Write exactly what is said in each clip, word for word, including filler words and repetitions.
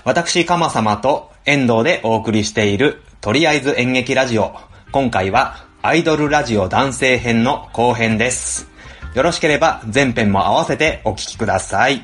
私、かま様と遠藤でお送りしているとりあえず演劇ラジオ。今回はアイドルラジオ男性編の後編です。よろしければ前編も合わせてお聞きください。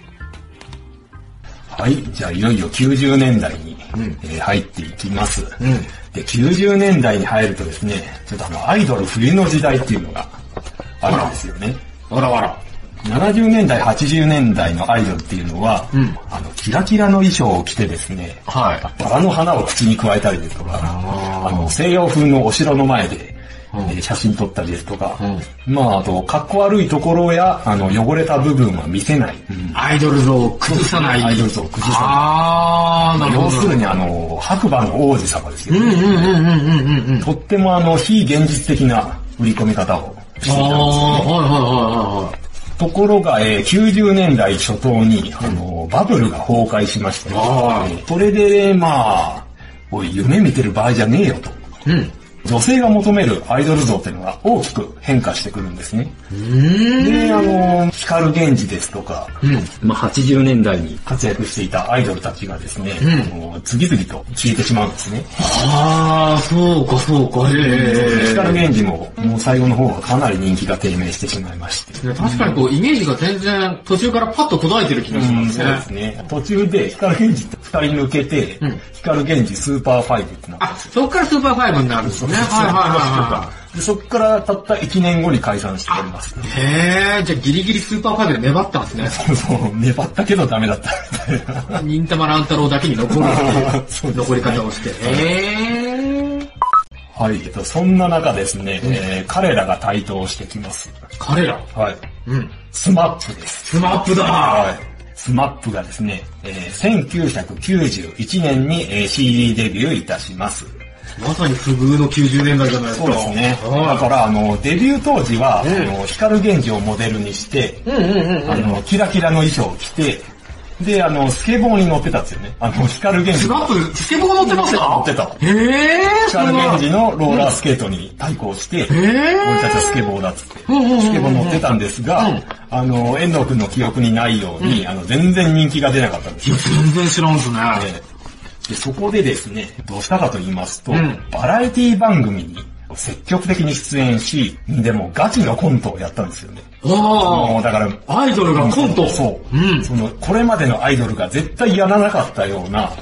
はい、じゃあいよいよきゅうじゅうねんだいに、うんえー、入っていきます、うん。で、きゅうじゅうねんだいに入るとですね、ちょっとあのアイドル冬の時代っていうのがあるんですよね。 あらあら。 ななじゅうねんだい、はちじゅうねんだいのアイドルっていうのは、うん、あのキラキラの衣装を着てですね、はい、バラの花を口に加えたりですとか、あの西洋風のお城の前で、うんえー、写真撮ったりですとか、うん、まああと格好悪いところやあの汚れた部分は見せない、 うん、アイドル像を崩さない、 アイドル像を崩さない。 あー、なるほど。 要するにあの白馬の王子様ですよね。 うんうんうんうんうんうん。 とってもあの非現実的な売り込み方をしていたんですよね。 はいはいはいはい。 ところが、えー、きゅうじゅうねんだい初頭に、あの、バブルが崩壊しまして、ね、それで、まあ、おい、夢見てる場合じゃねえよと。うん、女性が求めるアイドル像っていうのが大きく変化してくるんですね。 うーんで、あの、光源氏ですとか、うんまあ、はちじゅうねんだいに活躍していたアイドルたちがですね、うん、あの次々と消えてしまうんですね。 ああ、そうかそうか。へえ。 光源氏ももう最後の方はかなり人気が低迷してしまいまして。 確かにこうイメージが全然途中からパッと途絶えてる気がしますね。 うん、そうですね。途中で光源氏ってふたり抜けて、うん、光源氏スーパーファイブってなって。 あ、そっからスーパーファイブになるんですね。はいはいはいはい。 でそこからたったいちねんごに解散しております、ね。 へー、じゃあギリギリスーパーファイブで粘ったんですね。 そうそう、粘ったけどダメだったみたいな。 忍たま乱太郎だけに残るっていう残り方をして。へー。 はい、えっと、そんな中ですね、うんえー、彼らが台頭してきます。 彼らはい。うん。スマップです。 スマップだーはい。スマップがですね、えー、せんきゅうひゃくきゅうじゅういちねんに、えー、シーディー デビューいたします。 まさに不遇のきゅうじゅうねんだいじゃないですか。 そうですね。だからあのデビュー当時は、うん、あの光源氏をモデルにして、うんうんうんうん、あのキラキラの衣装を着て、であのスケボーに乗ってたんですよね。あの光源氏。 スマップスケボー乗ってました？ 乗ってた。 へー。 光源氏のローラースケートに対抗して、うん、俺たちはスケボーだっつって、うんうんうんうん、スケボー乗ってたんですが、うん、あの遠藤くんの記憶にないように、うん、あの全然人気が出なかったんですよ。 全然知らんですね。 ででそこでですね、どうしたかと言いますと、うん、バラエティ番組に積極的に出演し、でもガチのコントをやったんですよね。 ああ、 だからアイドルがコント。 そう、うん、そのこれまでのアイドルが絶対やらなかったような、うん、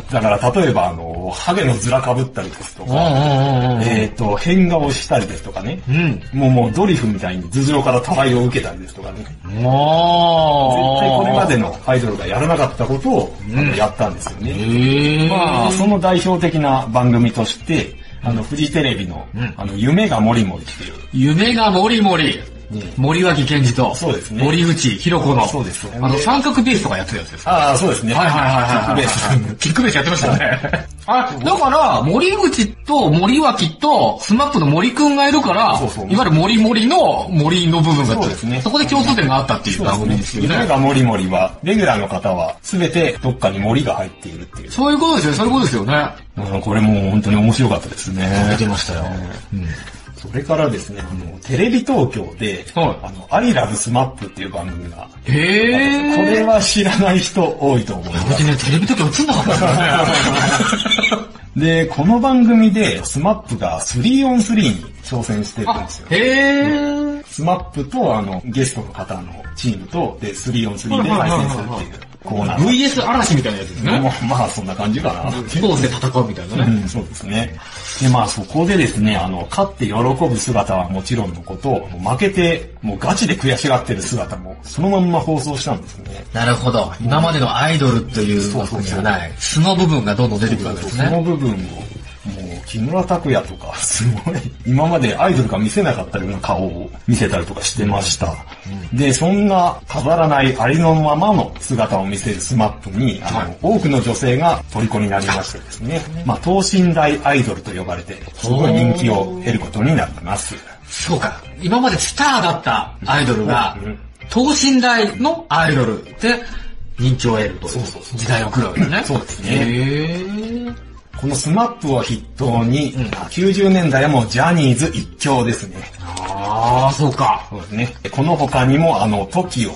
だから例えばあのハゲのズラ被ったりですとか、えっと変顔したりですとかね、うん、もうもうドリフみたいに頭上からたらいを受けたりですとかね、絶対これまでのアイドルがやらなかったことを、うん、やったんですよね。まあその代表的な番組として、あのフジテレビの、うん、あの夢がもりもりっていう、 夢がもりもり。ね、森脇健児と、 そうですね。 森内博子の、 そうですね。 あの、三角ベースとかやってたやつですか？ ああ、そうですね。 はいはいはいはい。キックベース。キックベースやってましたよね。あ、だから、森口と森脇と、スマップの森くんがいるから、そうそう、いわゆる森森の森の部分があって、そうですね。そこで共通点があったっていう番組ですよね。 夢が森森は、レギュラーの方は、すべてどっかに森が入っているっていう。 そういうことですよ、そういうことですよね。 うん、これもう本当に面白かったですね。 出てましたよ。 うんそれからですね、あの、テレビ東京で、はい、あの、アイラブスマップっていう番組が。 へー。 これは知らない人多いと思います。 別にね、テレビ東京映んなかったですよね。 で、この番組で、スマップがスリーオンスリーに挑戦してるんですよ。 へー。 スマップと、あの、ゲストの方のチームと、で、スリーオンスリーで対戦するっていう。 コーナー ブイエス 嵐みたいなやつですね。 まあ、まあ、そんな感じかな。 スポーツで戦うみたいなね。 うん、そうですね。で、まあ、そこでですね、あの、勝って喜ぶ姿はもちろんのこと、負けて、もうガチで悔しがってる姿も、そのまんま放送したんですね。 なるほど。今までのアイドルという枠にはない、素の部分がどんどん出てくるわけですね。 その部分を、もう、木村拓哉とか、すごい、今までアイドルが見せなかったような顔を見せたりとかしてました。うん、で、そんな飾らないありのままの姿を見せるスマップに、あの、はい、多くの女性が虜になりましてですね、まあ、等身大アイドルと呼ばれて、すごい人気を得ることになります。 そうか。今までスターだったアイドルが、うん、等身大のアイドルで人気を得るという時代が来るわけですね。 そうですね。へー。このスマップを筆頭に、うん、きゅうじゅうねんだいはもうジャニーズ一強ですね。 ああ、そうか。 そうですね。この他にも、あの、トキオ、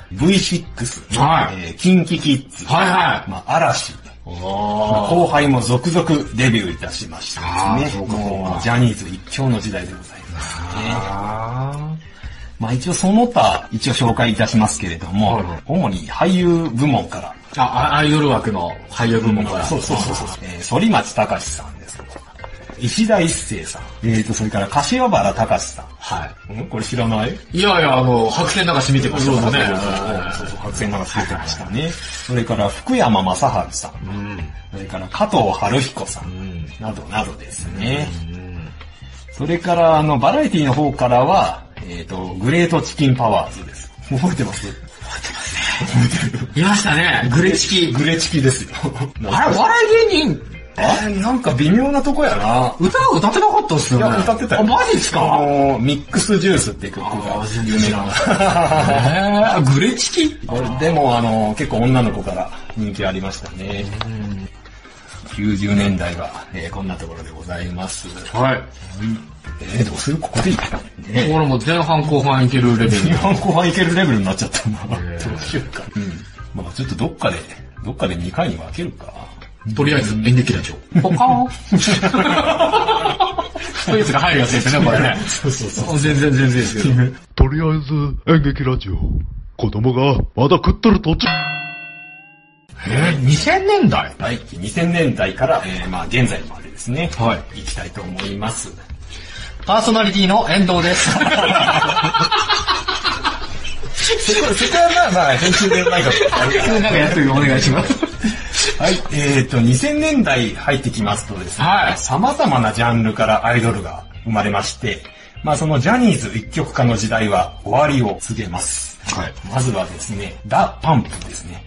ブイシックス、 はいえー、キンキキッズ、 はいはい。 まあ、嵐、後輩も続々デビューいたしましたですね。もうジャニーズ一強の時代でございますね。まあ一応その他一応紹介いたしますけれども、はいはい、主に俳優部門から。 あ、アイドル枠の俳優部門から。 そうそうそうそう。えー、反町隆史さんですとか、石田一生さん、えーと、それから柏原隆さん。 はい。 うん、これ知らない？ いやいや、あの、白線流し見てましたね。 そうそうそう、白線流し見てましたね。それから福山雅治さん。うん、それから加藤晴彦さん。うん、などなどですね。うん、それからあの、バラエティの方からは、えっと、グレートチキンパワーズです。覚えてます？ 覚えてますね。いましたね。グレチキ。 グレチキですよ。 あれ、笑い芸人えー、なんか微妙なとこやな。 歌は歌ってなかったっすよね。 いや、歌ってたよ。 あ、マジっすか？ あのー、ミックスジュースって曲が有名な。 えー、グレチキ？ でも、あのー、結構女の子から人気ありましたね。きゅうじゅうねんだいは、えー、こんなところでございます。 はい。 えー、どうする？ここでいいか、 ね、俺も前半後半いけるレベル。 前半後半いけるレベルになっちゃったな。どうしようか。うん。まあちょっとどっかで、どっかでにかいに分けるか。 とりあえず演劇ラジオ。ポカーン。スペースが入るやつですね、これね。 そうそうそう。 全然全然ですけど。 とりあえず演劇ラジオ。子供がまだ食ってる途中。 えー、にせんねんだい？ はい。にせんねんだいから、えー、まあ現在までですね。 はい。 いきたいと思います。 パーソナリティの遠藤です。そこはまあ、編集でないかと。 なんかやっとお願いします。 はい。えっと、にせんねんだい入ってきますとですね、はい、様々なジャンルからアイドルが生まれまして、まあそのジャニーズ一極化の時代は終わりを告げます。はい。まずはですね、ダ・パンプですね。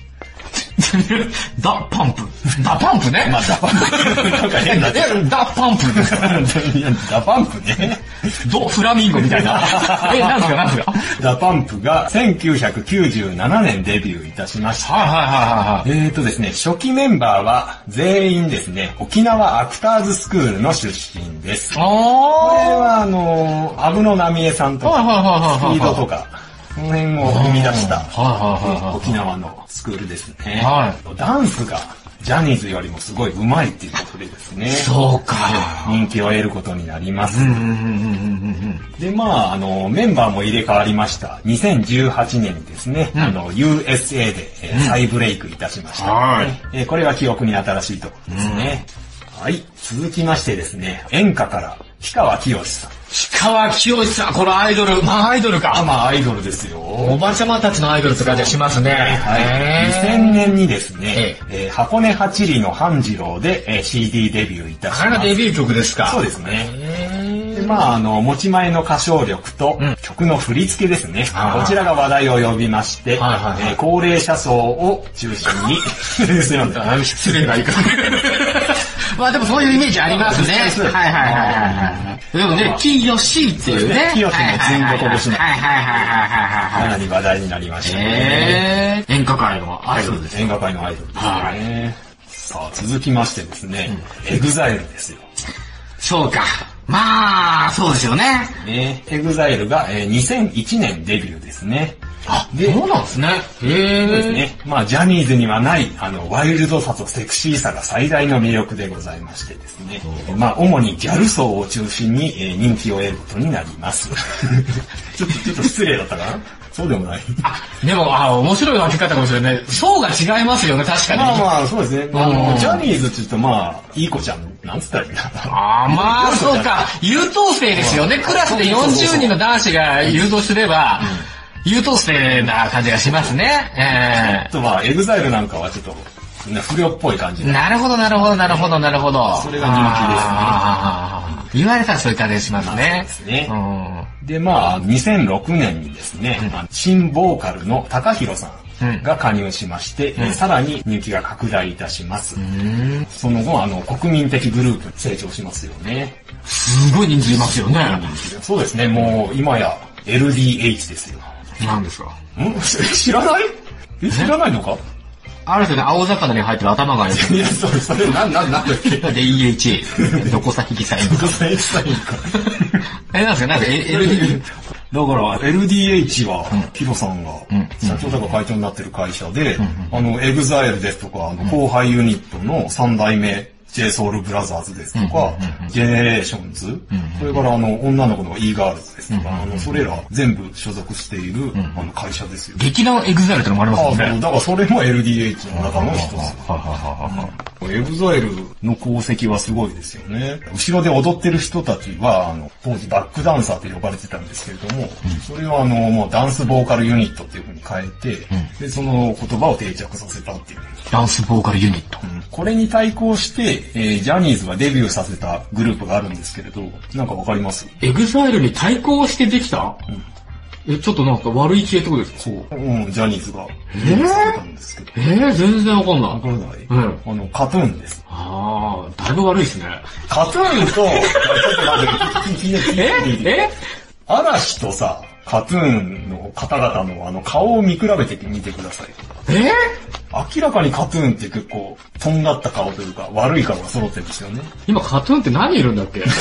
ダ・パンプ。ダ・パンプね。 まあ、ダ・パンプ。なんか変な。 ダ・パンプですか？ ダ・パンプね。 ド・フラミンゴみたいな。え、なんすかなんすか？ ダ・パンプがせんきゅうひゃくきゅうじゅうななねんデビューいたしました。 はいはいはいはい。 えーとですね、初期メンバーは全員ですね、沖縄アクターズスクールの出身です。あー。これはあの、安室奈美恵さんとか、スピードとか、この辺を生み出した沖縄のスクールですね。はい、ダンスがジャニーズよりもすごい上手いっていうことでですね。 そうか。 人気を得ることになります。で、まあ、あの、メンバーも入れ替わりました。にせんじゅうはちねんにですね、うん、あの、ユーエスエー で、えー、再ブレイクいたしました、はい、えー。これは記憶に新しいところですね。うん、はい。続きましてですね、演歌から氷川きよしさん。 氷川きよしさん、これアイドル、まあアイドルか。 まあアイドルですよ。 おばちゃまたちのアイドルって感じがしますね。 はい。にせんねんにですね、えー、箱根八里の半次郎で、えー、シーディー デビューいたします。 あれがデビュー曲ですか？ そうですね。で、まああの、持ち前の歌唱力と、うん、曲の振り付けですね。こちらが話題を呼びまして、はいはいはい、えー、高齢者層を中心に、 すいません、失礼な言い方。まあでもそういうイメージありますね。はいはいはいはい。でもね、きよしっていうね。 きよしのずんごこ節の。はいはいはいはい。かなり話題になりましたね。 演歌界のアイドルです。 演歌界のアイドルですね。さあ続きましてですね、エグザイルですよ。 そうか。まあ、そうですよね。 ね、エグザイルがにせんいちねんデビューですね。 あ、で、そうなんですね。へえ。そうですね。まあ、ジャニーズにはない、あの、ワイルドさとセクシーさが最大の魅力でございましてですね。まあ、主にギャル層を中心に、えー、人気を得ることになります。ちょっと、ちょっと失礼だったかな？そうでもない。 あ、でも、あ、面白い分け方かもしれない。層が違いますよね、確かに。 まあまあ、そうですね。あの、ジャニーズって言うと、まあ、いい子ちゃん、なんつったらいいんだ。 ああ、まあ、そうか。優等生ですよね。クラスでよんじゅうにんの男子が誘導すれば、優等生な感じがしますね。 えー、ちょっとまあ、エグザイルなんかはちょっと、不良っぽい感じで。 なるほど、なるほど、なるほど、なるほど。 それが人気ですね。言われたらそういう感じがしますね。 そうですね。うん、で、まあ、にせんろくねんにですね、うん、新ボーカルの高弘さんが加入しまして、うん、さらに人気が拡大いたします。うん、その後、あの、国民的グループに成長しますよね。 すごい人気いますよね。 そうですね、もう、今や エルディーエイチ ですよ。 何ですか？ ん知らない？え、知らないのか？ あるですよね、青魚に入ってる頭がある。 いや、それ、それ、なん、なん、なんだっけ？ ディーエイチエー。どこ先記載どこ先記載か。 え、なんですか？なんか エルディー。 だから エルディーエイチ は、ヒロさんが、社長とか会長になってる会社で、あの、エグザイルですとか、あの、後輩ユニットのさん代目、ジェイソウルブラザーズですとか、ジェネレーションズ、それからあの、女の子の e ガールズですとか、あの、それら全部所属している、あの、会社ですよ。 劇団エグザイルってのもありますもんね。 ああ、そう、だからそれも エルディーエイチ の中の一つ。エグザイルの功績はすごいですよね。後ろで踊ってる人たちは、あの、当時バックダンサーと呼ばれてたんですけれども、それをあの、もうダンスボーカルユニットっていう風に変えて、で、その言葉を定着させたっていう。 ダンスボーカルユニット。 これに対抗して、えー、ジャニーズがデビューさせたグループがあるんですけれど、なんかわかります？ エグザイルに対抗してできた？うん、え、ちょっとなんか悪い系ってことですか？ そう。うん、ジャニーズがデビューさせたんですけど。 えー、えー、全然わかんない。 わかんない。うん。あの、カトゥーンです。 ああ、だいぶ悪いですね。 カトゥーンと、ちょっと待って、聞いて、聞いて、聞いて。 え？え？ 嵐とさ、カトゥーンの方々のあの顔を見比べてみてください。 え？ 明らかにカトゥーンって結構、とんがった顔というか、悪い顔が揃ってるんですよね。 今カトゥーンって何いるんだっけ？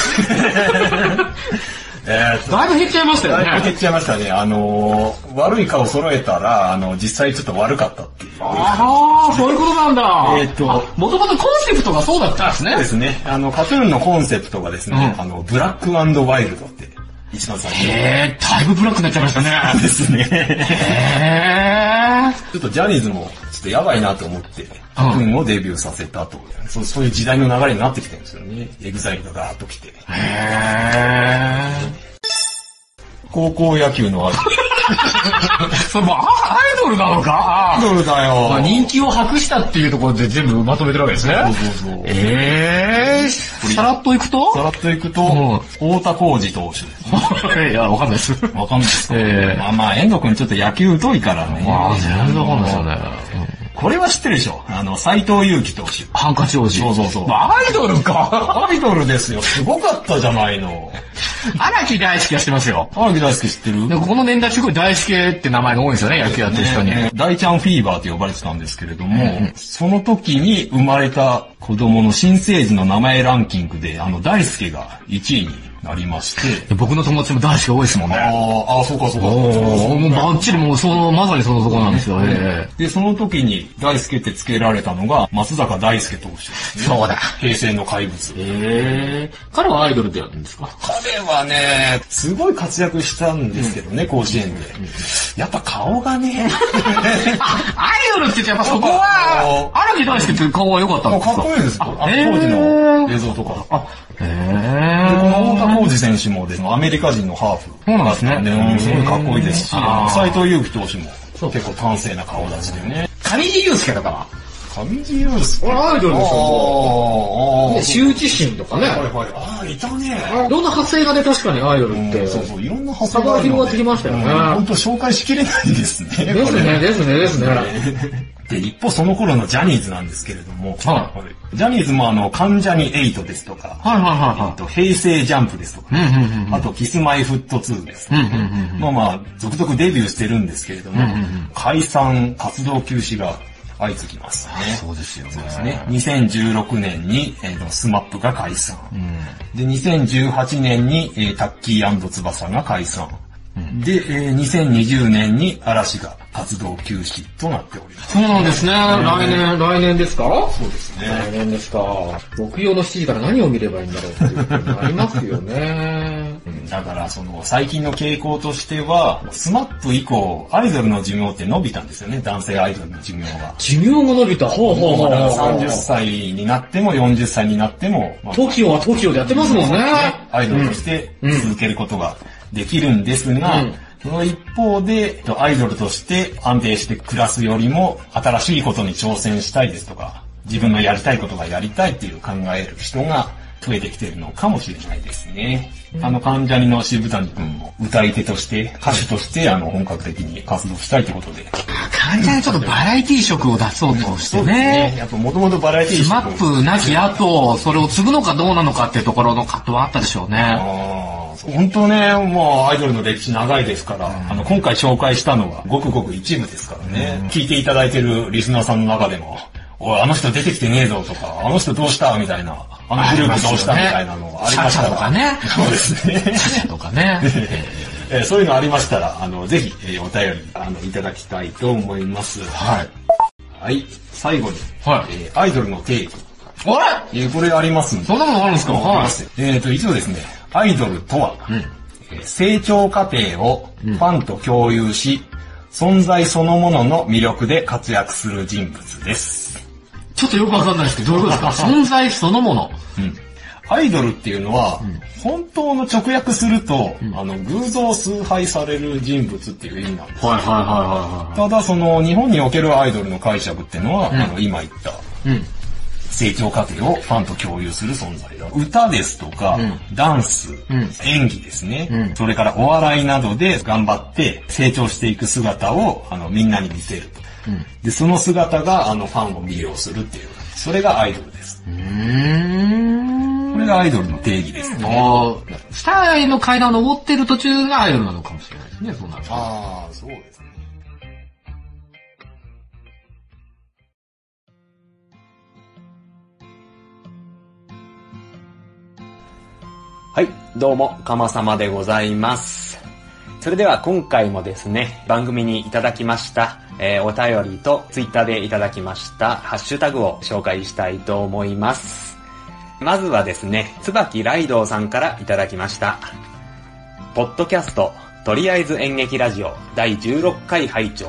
えー、だいぶ減っちゃいましたよね。 だいぶ減っちゃいましたね。あのー、悪い顔揃えたら、あの、実際ちょっと悪かったっていう。 ああ、そういうことなんだ。 えっと、 もともとコンセプトがそうだったんですね。 そうですね。あの、カトゥーンのコンセプトがですね、うん、あの、ブラック&ワイルドって、一番最初。 へー、だいぶブラックになっちゃいましたね。 そうですね。 へー。 ちょっとジャニーズも、ちょっとやばいなと思って、カトゥーンをデビューさせたと、うんそう。そういう時代の流れになってきてるんですよね。エグザイルがガーッと来て。 へー。 高校野球のある。 それもアイドルなのか？ アイドルだよ。 人気を博したっていうところで全部まとめてるわけですね。 そうそうそう。 えー、さらっといくとさらっといくと、うん、太田浩二投手です、 ね。いや、わかんないです。 わかんないです。えー、まあまあ、遠藤くんちょっと野球疎いからね。 まあ、全然わかんないですよね。 これは知ってるでしょ？あの、斎藤佑樹投手。 ハンカチ王子。 そうそうそう。 アイドルかアイドルですよ。すごかったじゃないの。 荒木大輔は知ってますよ。 荒木大輔知ってる？ この年代すごい大輔って名前が多いんですよね、野球やってる人に。ね、 大ちゃんフィーバーと呼ばれてたんですけれども、うん、その時に生まれた子供の新生児の名前ランキングで、あの、大輔がいちいになりまして。 僕の友達も大輔多いですもんね。 ああ、そうかそうか。 おもうバッチリもうその、まさにそのとこなんですよね。 で、その時に大輔って付けられたのが、松坂大輔投手ですね。 そうだ。 平成の怪物。 へえ。彼はアイドルでやるんですか？ 彼はね、すごい活躍したんですけどね、うん、甲子園で。やっぱ顔がね。 アイドルって言ってやっぱそこは、荒木大輔って顔は良かったんですか？ かっこいいですよ。あ、当時の映像とか。あ、 へー。で、この太田浩二選手もですね、アメリカ人のハーフ。 そうなんですね。 すごいかっこいいですし、斎藤佑樹投手も結構端正な顔立ちでね。 上地雄介とかは上地雄介。 アイドルですよ。羞恥心とかね。 はいはい。ああ、いたね。 いろんな派生がね、確かにアイドルって。 そうそう、いろんな派生が広がってきましたよね。 本当紹介しきれないですね。 ですね、ですね、ですね。 で、一方その頃のジャニーズなんですけれども、はい、ジャニーズもあの、関ジャニエイトですとか、 はいはいはいはい、 えっと、平成ジャンプですとか、うんうんうん、あと、キスマイフットツーですとか、うんうんうん、まあまあ、続々デビューしてるんですけれども、うんうんうん、解散、活動休止が相次ぎますね。 そうですよね。 そうですね。にせんじゅうろくねんに、えー、スマップが解散、うん。で、にせんじゅうはちねんに、えー、タッキー&翼が解散。うん、で、えー、にせんにじゅうねんに嵐が活動休止となっております。 そうなんですね。来年、来年ですか？ そうですね。 来年ですか。木曜のしちじから何を見ればいいんだろうっていうことになりますよね。 うん、だからその最近の傾向としては、スマップ以降、アイドルの寿命って伸びたんですよね。男性アイドルの寿命が。 寿命が伸びた。ほうほうほうほう。 さんじゅっさいになってもよんじゅっさいになっても、 まあ、トキオはトキオでやってますもんね。 アイドルとして続けることができるんですが、うんうん、その一方で、アイドルとして安定して暮らすよりも、新しいことに挑戦したいですとか、自分のやりたいことがやりたいっていう考える人が増えてきているのかもしれないですね。うん、あの、関ジャニの渋谷くんも歌い手として、歌手として、あの、本格的に活動したいということで。 関ジャニちょっとバラエティ色を出そうとしてね。 ねやっぱもともとバラエティ色。 スマップなき後、それを継ぐのかどうなのかっていうところの葛藤はあったでしょうね。 あ本当ね、もうアイドルの歴史長いですから、うん、あの、今回紹介したのはごくごく一部ですからね、うん、聞いていただいてるリスナーさんの中でも、おい、あの人出てきてねえぞとか、あの人どうしたみたいな、あのグループどうしたみたいなのがありましたとかね。 そうですね。 とかね。 えー、そういうのありましたら、あの、ぜひ、えー、お便り、あの、いただきたいと思います。 はい。 はい。最後に、 はい。 えー、アイドルの定義。 あれえー、これありますんで。 そんなものあるんですか？ はい。えっと、一応ですね、アイドルとは、うん、えー、成長過程をファンと共有し、うん、存在そのものの魅力で活躍する人物です。 ちょっとよくわかんないですけど、どういうことですか？存在そのもの。 うん。アイドルっていうのは、うん、本当の直訳すると、うん、あの、偶像崇拝される人物っていう意味なんです。 はいはいはいはい、はい。 ただ、その、日本におけるアイドルの解釈っていうのは、うん、あの、今言った、うん、成長過程をファンと共有する存在だ。歌ですとか、うん、ダンス、うん、演技ですね、うん。それからお笑いなどで頑張って成長していく姿を、あの、みんなに見せると。うん、で、その姿が、あの、ファンを魅了するっていう。それがアイドルです。うーん、これがアイドルの定義ですね。 ああ、スターへの階段を登ってる途中がアイドルなのかもしれないですね、そうなると。 ああ、そうですね。 はい、どうも、かまさまでございます。それでは今回もですね、番組にいただきました、えー、お便りとツイッターでいただきましたハッシュタグを紹介したいと思います。まずはですね、椿ライドウさんからいただきました。ポッドキャスト、とりあえず演劇ラジオだいじゅうろっかい拝聴。はい、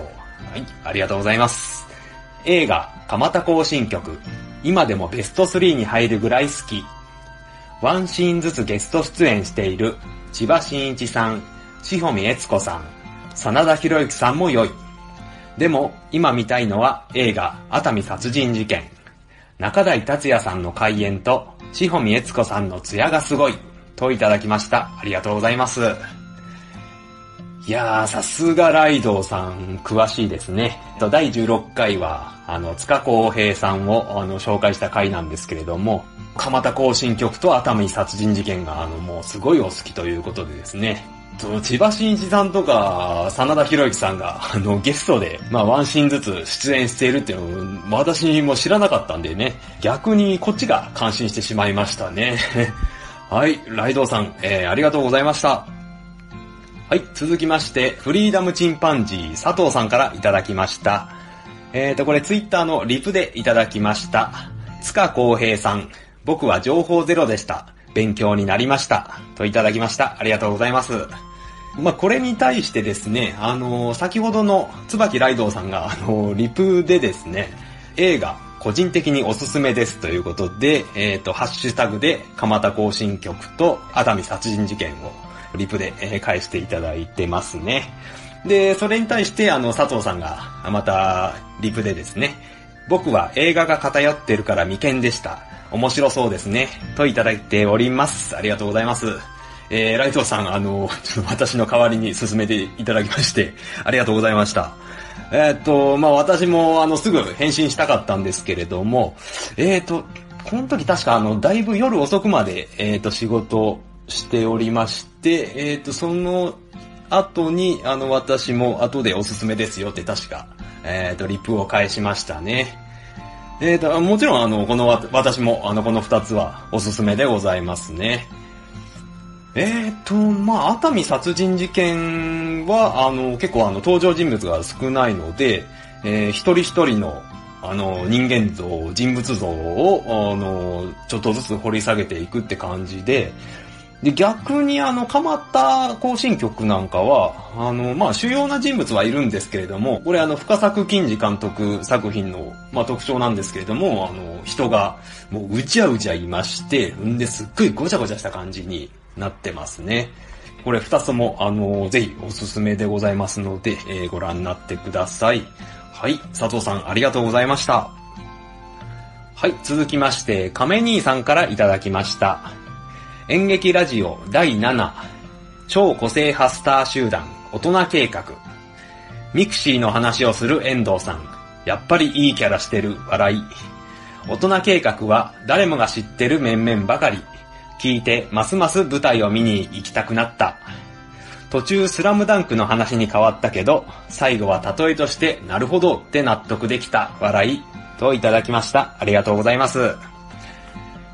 ありがとうございます。映画、蒲田行進曲、今でもベストスリーに入るぐらい好き。ワンシーンずつゲスト出演している千葉真一さん、志穂美悦子さん、真田広之さんも良い。でも、今見たいのは映画、熱海殺人事件。中台達也さんの開演と、志穂美悦子さんの艶がすごい。といただきました。ありがとうございます。いやー、さすがライドウさん、詳しいですね。だいじゅうろっかいは、あの、塚公平さんを、あの、紹介した回なんですけれども、蒲田行進曲と熱海殺人事件が、あの、もうすごいお好きということでですね。千葉真一さんとか、真田広之さんが、あの、ゲストで、まあ、ワンシーンずつ出演しているっていうのを、私も知らなかったんでね、逆にこっちが感心してしまいましたね。はい、ライドウさん、えー、ありがとうございました。はい、続きまして、フリーダムチンパンジー佐藤さんからいただきました。えーと、これツイッターのリプでいただきました。塚公平さん、僕は情報ゼロでした。勉強になりました。といただきました。ありがとうございます。まあ、これに対してですね、あのー、先ほどの椿ライドウさんが、あのー、リプでですね、映画、個人的におすすめですということで、えーと、ハッシュタグで、蒲田行進曲と熱海殺人事件をリプで、えー、返していただいてますね。で、それに対して、あの、佐藤さんが、また、リプでですね、僕は映画が偏ってるから未見でした。面白そうですね。といただいております。ありがとうございます。えー、ライトさん、あの、ちょっと私の代わりに進めていただきまして、ありがとうございました。えー、っと、まあ、私も、あの、すぐ返信したかったんですけれども、えー、っと、この時確か、あの、だいぶ夜遅くまで、えー、っと、仕事しておりまして、えー、っと、その後に、あの、私も後でおすすめですよって確か、えー、っと、リプを返しましたね。えーと、もちろん、あの、この、私も、あの、この二つはおすすめでございますね。えーと、まあ、熱海殺人事件は、あの、結構あの、登場人物が少ないので、えー、一人一人の、あの、人間像、人物像を、あの、ちょっとずつ掘り下げていくって感じで、で、逆にあの、蒲田行進曲なんかは、あの、まあ、主要な人物はいるんですけれども、これあの、深作欣二監督作品の、まあ、特徴なんですけれども、あの、人が、もう、うじゃうじゃいまして、んで、すっごいごちゃごちゃした感じになってますね。これ二つとも、あの、ぜひおすすめでございますので、えー、ご覧になってください。はい、佐藤さん、ありがとうございました。はい、続きまして、亀兄さんからいただきました。演劇ラジオだいなな超個性派スター集団大人計画ミクシーの話をする遠藤さんやっぱりいいキャラしてる笑い大人計画は誰もが知ってる面々ばかり聞いてますます舞台を見に行きたくなった途中スラムダンクの話に変わったけど最後は例えとしてなるほどって納得できた笑いといただきました。ありがとうございます。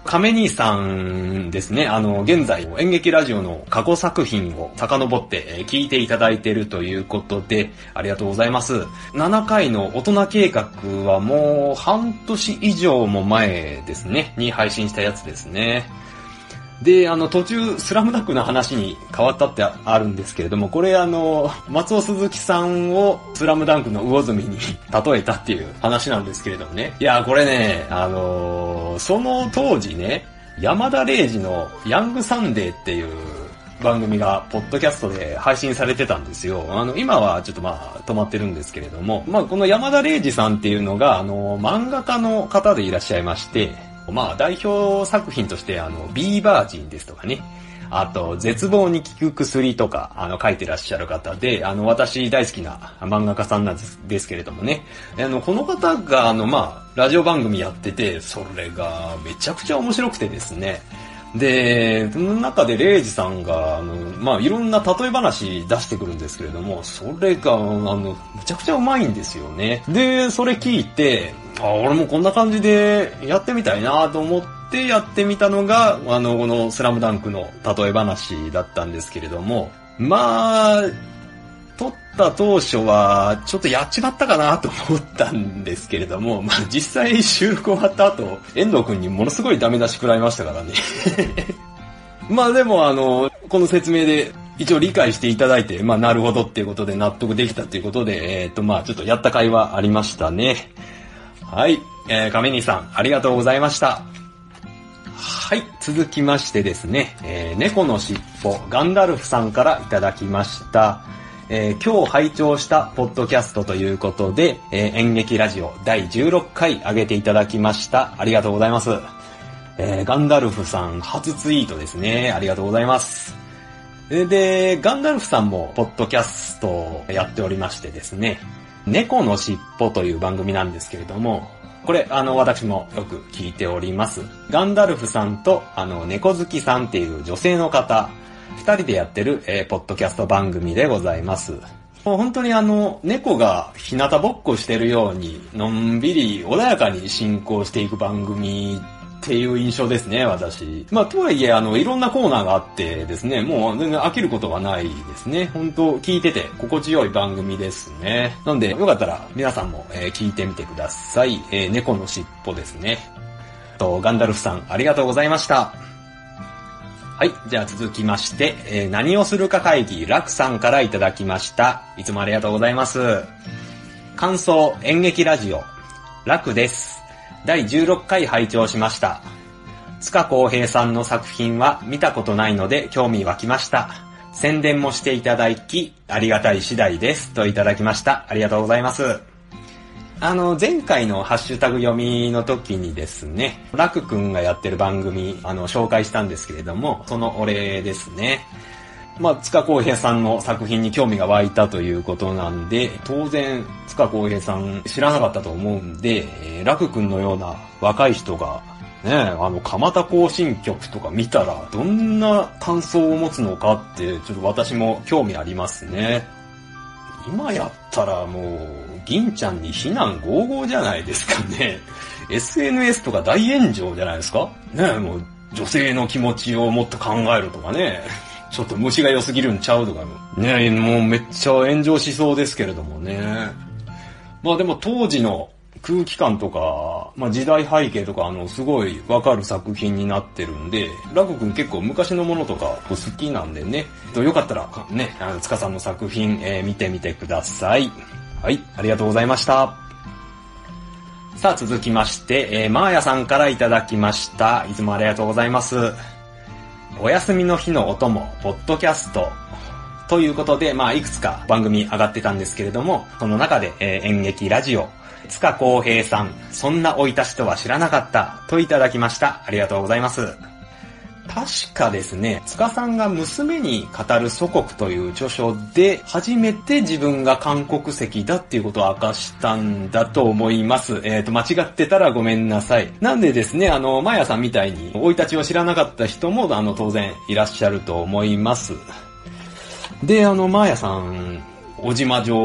亀兄さんですね、あの、現在演劇ラジオの過去作品を遡って聞いていただいているということで、ありがとうございます。ななかいの大人計画はもう半年以上も前ですね、に配信したやつですね。で、あの、途中、スラムダンクの話に変わったってあるんですけれども、これあの、松尾鈴木さんをスラムダンクの魚住に例えたっていう話なんですけれどもね。いや、これね、あのー、その当時ね、山田礼二のヤングサンデーっていう番組が、ポッドキャストで配信されてたんですよ。あの、今はちょっとまあ、止まってるんですけれども、まあ、この山田礼二さんっていうのが、あの、漫画家の方でいらっしゃいまして、まあ代表作品としてあの B バージンですとかね、あと絶望に効く薬とかあの書いてらっしゃる方で、あの私大好きな漫画家さんなんですですけれどもね、あのこの方があのまあラジオ番組やってて、それがめちゃくちゃ面白くてですね。で、その中でレイジさんが、あの、まあ、いろんな例え話出してくるんですけれども、それが、あの、むちゃくちゃうまいんですよね。で、それ聞いて、あ、俺もこんな感じでやってみたいなと思ってやってみたのが、あの、このスラムダンクの例え話だったんですけれども、まあ、撮った当初は、ちょっとやっちまったかなと思ったんですけれども、まあ実際収録終わった後、遠藤くんにものすごいダメ出し食らいましたからね。まあでもあの、この説明で一応理解していただいて、まあなるほどっていうことで納得できたっていうことで、えっとまあちょっとやった甲斐はありましたね。はい、えー、亀兄さん、ありがとうございました。はい、続きましてですね、えー、猫のしっぽ、ガンダルフさんからいただきました。えー、今日拝聴したポッドキャストということで、えー、演劇ラジオだいじゅうろっかい上げていただきました。ありがとうございます。えー、ガンダルフさん初ツイートですね。ありがとうございます。で、ガンダルフさんもポッドキャストをやっておりましてですね、猫のしっぽという番組なんですけれども、これ、あの、私もよく聞いております。ガンダルフさんと、あの、猫好きさんっていう女性の方、二人でやってる、えー、ポッドキャスト番組でございます。もう本当にあの、猫が日向ぼっこしてるように、のんびり穏やかに進行していく番組っていう印象ですね、私。まあ、とはいえ、あの、いろんなコーナーがあってですね、もう全然飽きることはないですね。本当聞いてて心地よい番組ですね。なんで、よかったら皆さんも、えー、聞いてみてください。えー、猫のしっぽですね。と、ガンダルフさん、ありがとうございました。はい。じゃあ続きまして、えー、何をするか会議、ラクさんからいただきました。いつもありがとうございます。感想、演劇ラジオ、ラクです。だいじゅうろっかい拝聴しました。塚公平さんの作品は見たことないので興味湧きました。宣伝もしていただき、ありがたい次第です。といただきました。ありがとうございます。あの、前回のハッシュタグ読みの時にですね、ラクくんがやってる番組、あの、紹介したんですけれども、そのお礼ですね。まあ、塚公平さんの作品に興味が湧いたということなんで、当然、塚公平さん知らなかったと思うんで、えー、ラクくんのような若い人が、ね、あの、蒲田行進曲とか見たら、どんな感想を持つのかって、ちょっと私も興味ありますね。今やったらもう、銀ちゃんに非難合々じゃないですかね。エスエヌエス とか大炎上じゃないですかね。もう女性の気持ちをもっと考えるとかね。ちょっと虫が良すぎるんちゃうとかね。もうめっちゃ炎上しそうですけれどもね。まあでも当時の空気感とか、まあ時代背景とか、あの、すごいわかる作品になってるんで、ラク君結構昔のものとか好きなんでね。よかったらね、あの、塚さんの作品、えー、見てみてください。はい、ありがとうございました。さあ続きまして、えー、マーヤさんからいただきました。いつもありがとうございます。お休みの日のお供、ポッドキャスト。ということで、まあいくつか番組上がってたんですけれども、その中で、えー、演劇ラジオ、塚公平さん、そんな生い立ちとは知らなかった、といただきました。ありがとうございます。確かですね、塚さんが娘に語る祖国という著書で初めて自分が韓国籍だっていうことを明かしたんだと思います。えっと、間違ってたらごめんなさい。なんでですね、あの、マヤさんみたいに生い立ちを知らなかった人も、あの、当然いらっしゃると思います。で、あの、マヤさん、小島城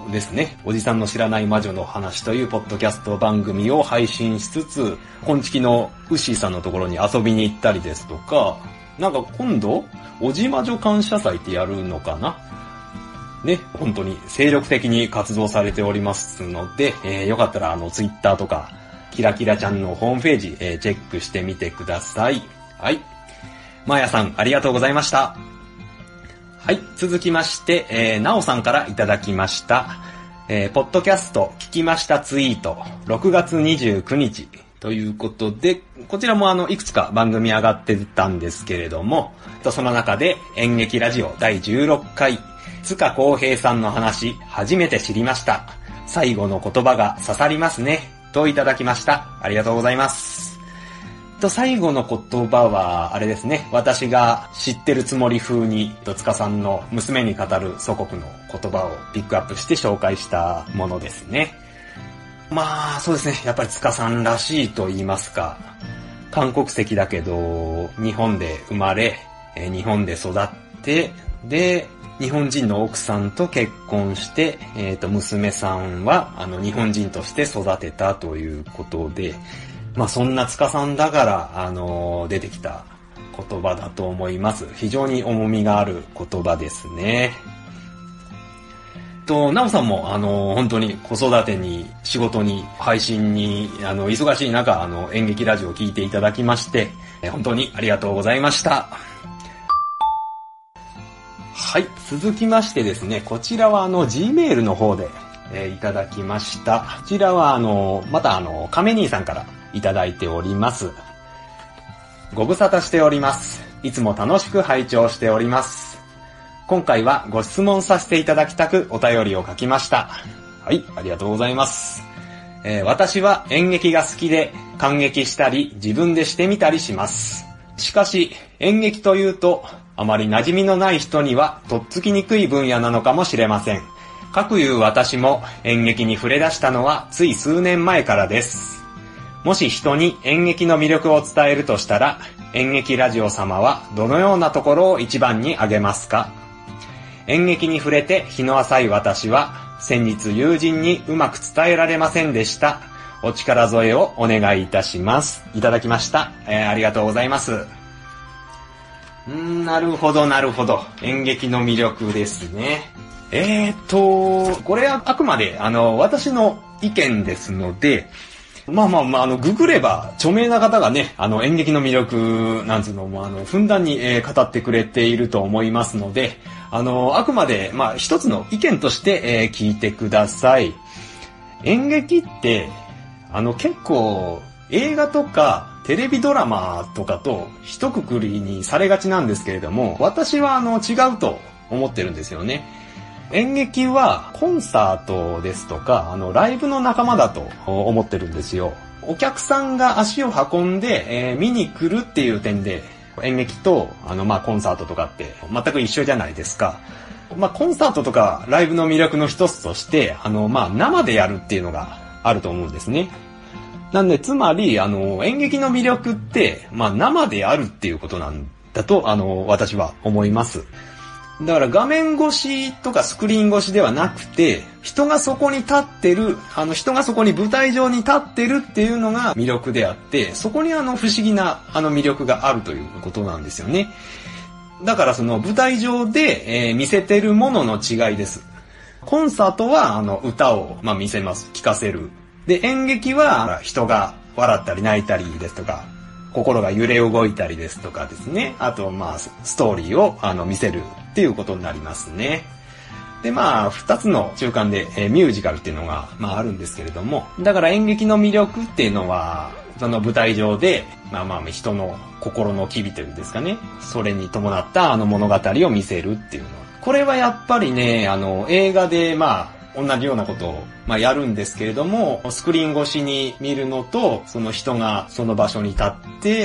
ですね、おじさんの知らない魔女の話というポッドキャスト番組を配信しつつ、今月のウッシーさんのところに遊びに行ったりですとか、なんか今度、おじ魔女感謝祭ってやるのかなね、本当に精力的に活動されておりますので、えー、よかったらあのツイッターとか、キラキラちゃんのホームページ、えー、チェックしてみてください。はい。まーやさん、ありがとうございました。はい。続きまして、えー、なおさんからいただきました。えー、ポッドキャスト聞きましたツイート、ろくがつにじゅうくにちということで、こちらもあの、いくつか番組上がってたんですけれども、その中で演劇ラジオだいじゅうろっかい、塚公平さんの話、初めて知りました。最後の言葉が刺さりますね。といただきました。ありがとうございます。と最後の言葉はあれですね、私が知ってるつもり風に塚さんの娘に語る祖国の言葉をピックアップして紹介したものですね。まあそうですね、やっぱり塚さんらしいと言いますか、韓国籍だけど日本で生まれ、日本で育って、で日本人の奥さんと結婚して、えっと娘さんはあの日本人として育てたということで、まあそんな塚さんだから、あのー、出てきた言葉だと思います。非常に重みがある言葉ですね。と、なおさんも、あのー、本当に子育てに、仕事に、配信に、あの、忙しい中、あの、演劇ラジオを聞いていただきまして、本当にありがとうございました。はい、続きましてですね、こちらはあの、Gmail の方で、えー、いただきました。こちらはあの、またあの、亀兄さんから、いただいております。ご無沙汰しております。いつも楽しく拝聴しております。今回はご質問させていただきたくお便りを書きました。はい、ありがとうございます。えー、私は演劇が好きで感激したり自分でしてみたりします。しかし演劇というとあまり馴染みのない人にはとっつきにくい分野なのかもしれません。かくいう私も演劇に触れ出したのはつい数年前からです。もし人に演劇の魅力を伝えるとしたら、演劇ラジオ様はどのようなところを一番に挙げますか？演劇に触れて日の浅い私は、先日友人にうまく伝えられませんでした。お力添えをお願いいたします。いただきました。えー、ありがとうございます。うーん、なるほどなるほど。演劇の魅力ですね。えーと、これはあくまであの私の意見ですので、まあまあまあ、あの、ググれば、著名な方がね、あの、演劇の魅力、なんつうのも、あの、ふんだんに、えー、語ってくれていると思いますので、あの、あくまで、まあ、一つの意見として、えー、聞いてください。演劇って、あの、結構、映画とか、テレビドラマとかと、一括りにされがちなんですけれども、私は、あの、違うと思ってるんですよね。演劇はコンサートですとか、あの、ライブの仲間だと思ってるんですよ。お客さんが足を運んで、えー、見に来るっていう点で、演劇と、あの、まあ、コンサートとかって全く一緒じゃないですか。まあ、コンサートとかライブの魅力の一つとして、あの、まあ、生でやるっていうのがあると思うんですね。なんで、つまり、あの、演劇の魅力って、まあ、生であるっていうことなんだと、あの、私は思います。だから画面越しとかスクリーン越しではなくて、人がそこに立ってる、あの人がそこに舞台上に立ってるっていうのが魅力であって、そこにあの不思議なあの魅力があるということなんですよね。だからその舞台上で、えー、見せてるものの違いです。コンサートはあの歌を、まあ、見せます。聴かせる。で、演劇は人が笑ったり泣いたりですとか、心が揺れ動いたりですとかですね。あと、まあ、ストーリーをあの見せるっていうことになりますね。で、まあ、二つの中間で、えー、ミュージカルっていうのが、まあ、あるんですけれども、だから演劇の魅力っていうのは、その舞台上で、まあまあ、人の心の機微というんですかね。それに伴ったあの物語を見せるっていうのは。これはやっぱりね、あの、映画で、まあ、同じようなことを、まあ、やるんですけれども、スクリーン越しに見るのと、その人がその場所に立って、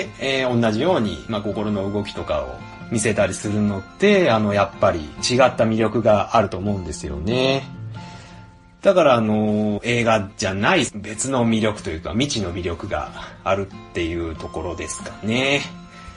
えー、同じように、まあ、心の動きとかを見せたりするのって、あの、やっぱり違った魅力があると思うんですよね。だから、あの、映画じゃない別の魅力というか、未知の魅力があるっていうところですかね。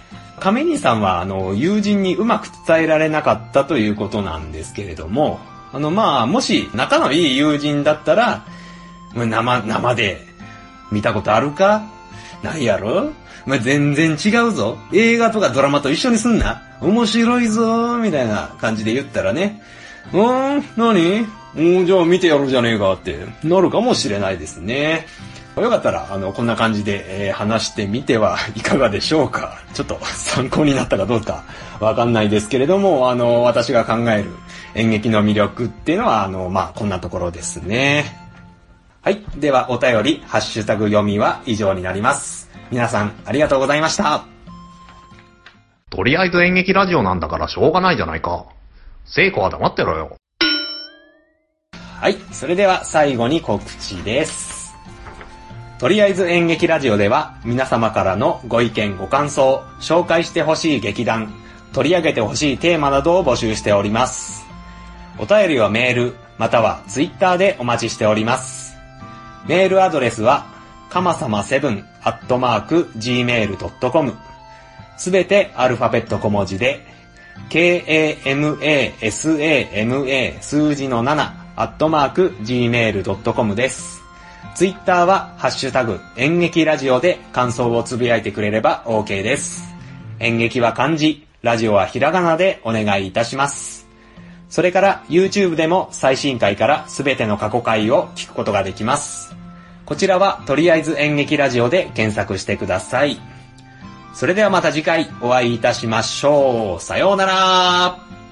亀兄さんは、あの、友人にうまく伝えられなかったということなんですけれども、 あの、まあ、もし仲のいい友人だったら、生、生で見たことあるか？ないやろ？まあ、全然違うぞ。映画とかドラマと一緒にすんな。面白いぞみたいな感じで言ったらね、うーん、何？うん、じゃあ見てやるじゃねえかってなるかもしれないですね。よかったら、あの、こんな感じで、えー、話してみてはいかがでしょうか。ちょっと参考になったかどうかわかんないですけれども、あの、私が考える演劇の魅力っていうのは、あの、まあ、こんなところですね。はい。では、お便り、ハッシュタグ読みは以上になります。皆さん、ありがとうございました。 とりあえず演劇ラジオなんだからしょうがないじゃないか。聖子は黙ってろよ。 はい。それでは最後に告知です。とりあえず演劇ラジオでは皆様からのご意見ご感想、紹介してほしい劇団、取り上げてほしいテーマなどを募集しております。お便りはメール、またはツイッターでお待ちしております。メールアドレスは、かまさまセブンアットマークジーメールドットコム。すべてアルファベット小文字で、ケーエーエムエーエスエーエムエー 数字のななアットマークジーメールドットコムです。ツイッターはハッシュタグ演劇ラジオで感想をつぶやいてくれれば OK です。演劇は漢字、ラジオはひらがなでお願いいたします。それから YouTube でも最新回からすべての過去回を聞くことができます。こちらはとりあえず演劇ラジオで検索してください。それではまた次回お会いいたしましょう。さようなら。